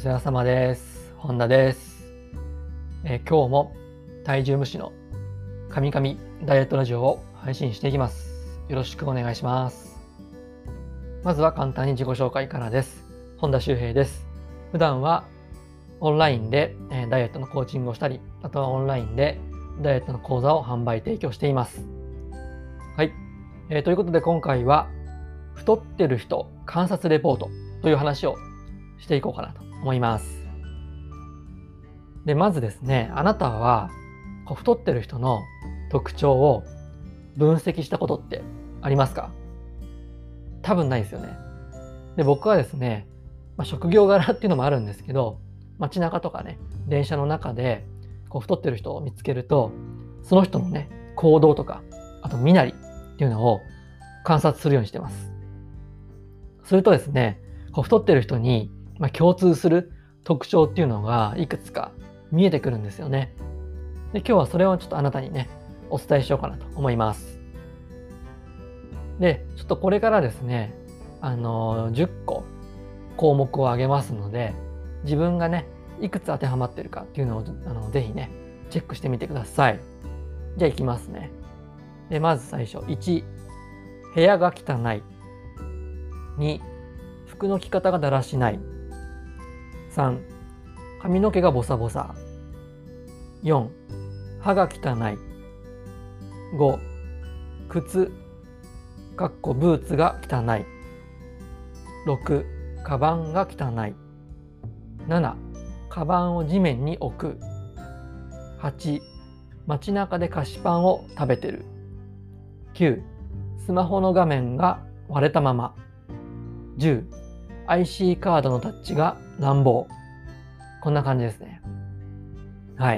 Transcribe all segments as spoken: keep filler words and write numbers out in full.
世話様です。本田です。えー今日も体重無視の神々ダイエットラジオを配信していきます。よろしくお願いします。まずは簡単に自己紹介からです。本田修平です。普段はオンラインで、えーダイエットのコーチングをしたり、あとはオンラインでダイエットの講座を販売提供しています。はい、えーということで今回は太ってる人観察レポートという話をしていこうかなと思います。で、まずですね、あなたはこう太ってる人の特徴を分析したことってありますか？多分ないですよね。で、僕はですね、まあ、職業柄っていうのもあるんですけど、街中とかね、電車の中でこう太ってる人を見つけると、その人のね、行動とか、あと身なりっていうのを観察するようにしてます。するとですね、こう太ってる人に、まあ、共通する特徴っていうのがいくつか見えてくるんですよね。で、今日はそれをちょっとあなたにね、お伝えしようかなと思います。で、ちょっとこれからですね、あのじゅっこ項目を挙げますので、自分がね、いくつ当てはまってるかっていうのをあのぜひね、チェックしてみてください。じゃあいきますね。で、まず最初、いち、部屋が汚い。に、服の着方がだらしない。さん、髪の毛がボサボサ。よん、歯が汚い。ご、靴、かっこブーツが汚い。ろく、カバンが汚い。なな、カバンを地面に置く。はち、街中で菓子パンを食べてる。きゅう、スマホの画面が割れたまま。じゅう、アイシー カードのタッチが乱暴。こんな感じですね。はい。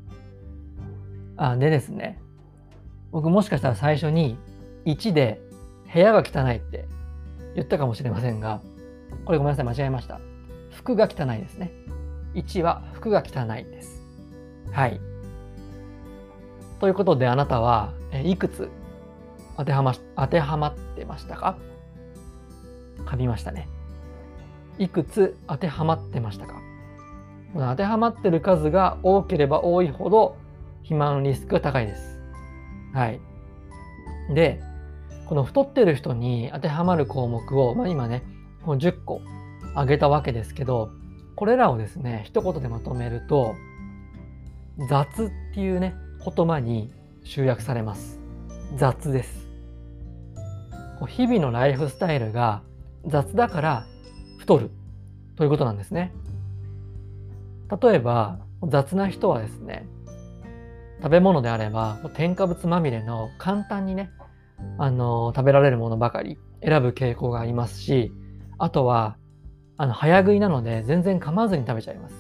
あ、でですね、僕もしかしたら最初にいちで部屋が汚いって言ったかもしれませんが、これごめんなさい、間違えました。服が汚いですね。いちは服が汚いです。はい。ということであなたはいくつ当てはま、当てはまってましたか？噛みましたね。いくつ当てはまってましたか？当てはまってる数が多ければ多いほど肥満リスクが高いです。はい。で、この太ってる人に当てはまる項目を、まあ、今ね、こうじゅっこ挙げたわけですけど、これらをですね、一言でまとめると、雑っていうね、言葉に集約されます。雑です。こう日々のライフスタイルが雑だから太るということなんですね。例えば雑な人はですね、食べ物であれば添加物まみれの簡単にね、あの食べられるものばかり選ぶ傾向がありますし、あとはあの早食いなので全然噛まずに食べちゃいます。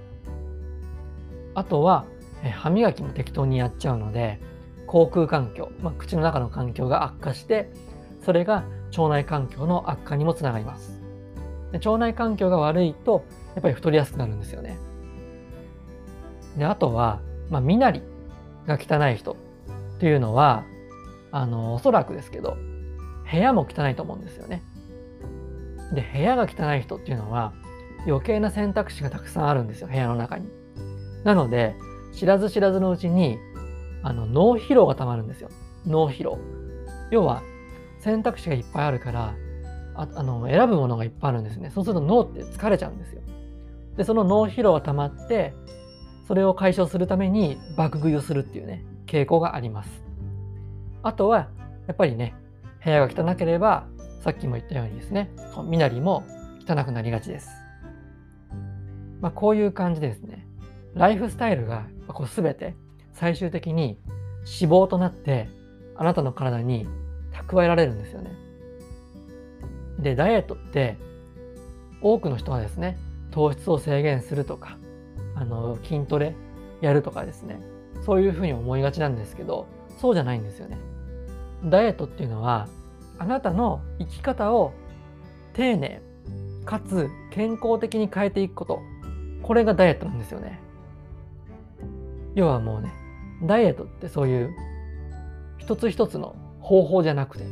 あとはえ歯磨きも適当にやっちゃうので、口腔環境、まあ、口の中の環境が悪化して、それが腸内環境の悪化にもつながります。で、腸内環境が悪いとやっぱり太りやすくなるんですよね。で、あとは、まあ、身なりが汚い人っていうのは、あのおそらくですけど部屋も汚いと思うんですよね。で、部屋が汚い人っていうのは余計な選択肢がたくさんあるんですよ、部屋の中に。なので知らず知らずのうちにあの脳疲労がたまるんですよ。脳疲労。要は選択肢がいっぱいあるから、ああの選ぶものがいっぱいあるんですね。そうすると脳って疲れちゃうんですよ。で、その脳疲労がたまって、それを解消するために爆食いをするっていうね、傾向があります。あとはやっぱりね、部屋が汚ければさっきも言ったようにですね、身なりも汚くなりがちです。まあ、こういう感じでですね、ライフスタイルがこう全て最終的に脂肪となってあなたの体に蓄えられるんですよね。で、ダイエットって多くの人はですね、糖質を制限するとか、あの筋トレやるとかですね、そういうふうに思いがちなんですけど、そうじゃないんですよね。ダイエットっていうのはあなたの生き方を丁寧かつ健康的に変えていくこと、これがダイエットなんですよね。要はもうね、ダイエットってそういう一つ一つの方法じゃなくて、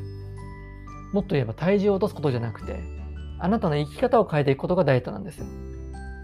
もっと言えば体重を落とすことじゃなくて、あなたの生き方を変えていくことがダイエットなんですよ。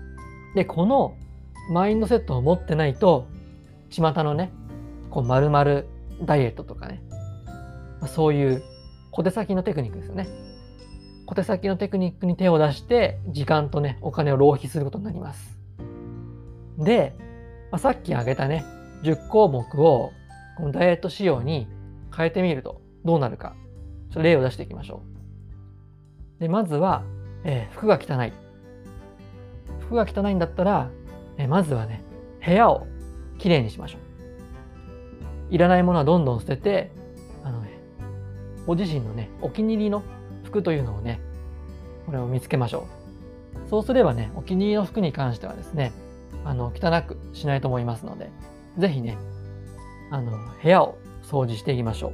で、このマインドセットを持ってないと、巷のね、こう丸々ダイエットとかね、そういう小手先のテクニックですよね。小手先のテクニックに手を出して、時間とね、お金を浪費することになります。で、まあ、さっき挙げたね、じゅっこうもくをこのダイエット仕様に変えてみるとどうなるか、ちょっと例を出していきましょう。で、まずは、えー、服が汚い。服が汚いんだったら、えー、まずはね、部屋をきれいにしましょう。いらないものはどんどん捨てて、あのね、ご自身のね、お気に入りの服というのをね、これを見つけましょう。そうすればね、お気に入りの服に関してはですね、あの汚くしないと思いますので、ぜひね、あの部屋を掃除していきましょ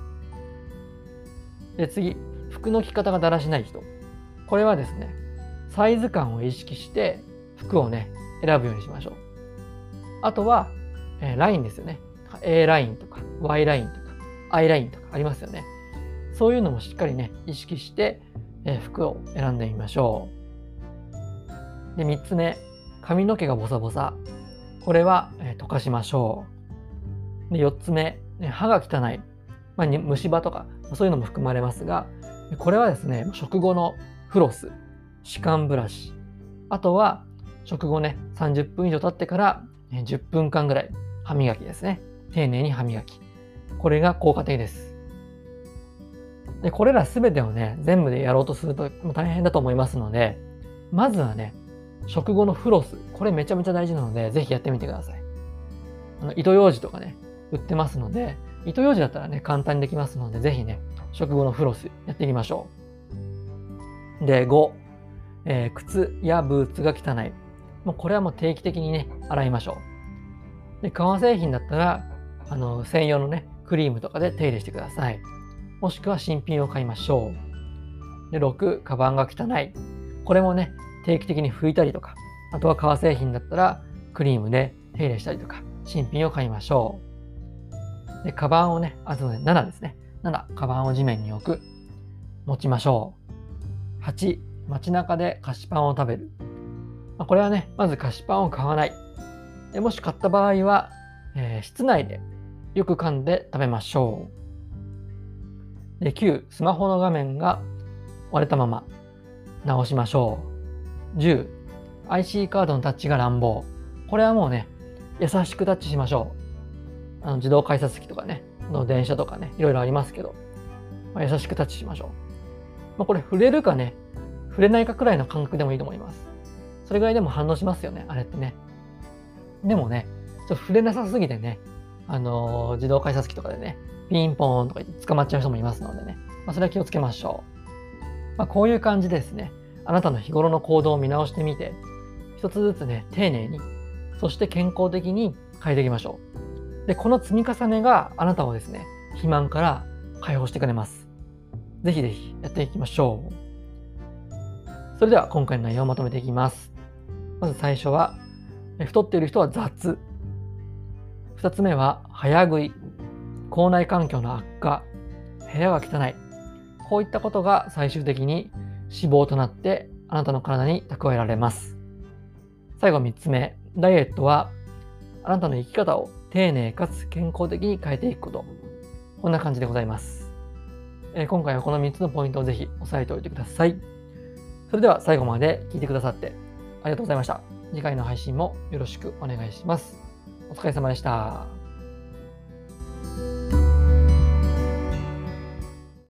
う。で、次、服の着方がだらしない人。これはですね、サイズ感を意識して服をね、選ぶようにしましょう。あとは、えー、ラインですよね。A ラインとか Y ラインとか I ラインとかありますよね。そういうのもしっかりね、意識して、えー、服を選んでみましょう。で、みっつめ、髪の毛がボサボサ。これは、えー、溶かしましょう。で、よっつめ、ね、歯が汚い。まあ、虫歯とか、そういうのも含まれますが、これはですね、食後のフロス、歯間ブラシ、あとは食後ね、さんじゅっぷん以上経ってからじゅっぷんかんぐらい歯磨きですね。丁寧に歯磨き。これが効果的です。で、これらすべてをね、全部でやろうとすると大変だと思いますので、まずはね、食後のフロス、これめちゃめちゃ大事なので、ぜひやってみてください。あの糸ようじとかね、売ってますので、糸ようじだったらね、簡単にできますので、ぜひね、食後のフロスやっていきましょう。で、ご、えー、靴やブーツが汚い。もうこれはもう定期的にね、洗いましょう。で、革製品だったら、あの、専用のね、クリームとかで手入れしてください。もしくは新品を買いましょう。で、ろく、カバンが汚い。これもね、定期的に拭いたりとか、あとは革製品だったら、クリームで手入れしたりとか、新品を買いましょう。で、カバンをね、あとね、ななですね。なな、カバンを地面に置く。持ちましょう。はち、街中で菓子パンを食べる。これはね、まず菓子パンを買わない。でもし買った場合は、えー、室内でよく噛んで食べましょう。で、きゅう、スマホの画面が割れたまま直しましょう。じゅう、アイシー カードのタッチが乱暴。これはもうね、優しくタッチしましょう。あの自動改札機とかね、の電車とかね、いろいろありますけど、まあ、優しくタッチしましょう。まあ、これ触れるかね、触れないかくらいの感覚でもいいと思います。それぐらいでも反応しますよね、あれってね。でもね、ちょっと触れなさすぎてね、あのー、自動改札機とかでね、ピンポーンとか言って捕まっちゃう人もいますのでね、まあ、それは気をつけましょう。まあ、こういう感じですね、あなたの日頃の行動を見直してみて、一つずつね、丁寧に、そして健康的に変えていきましょう。で、この積み重ねがあなたをですね、肥満から解放してくれます。ぜひぜひやっていきましょう。それでは今回の内容をまとめていきます。まず最初は、太っている人は雑。二つ目は、早食い。口内環境の悪化。部屋が汚い。こういったことが最終的に脂肪となってあなたの体に蓄えられます。最後三つ目、ダイエットはあなたの生き方を丁寧かつ健康的に変えていくこと。こんな感じでございます。えー、今回はこのみっつのポイントをぜひ押さえておいてください。それでは最後まで聞いてくださってありがとうございました。次回の配信もよろしくお願いします。お疲れ様でした。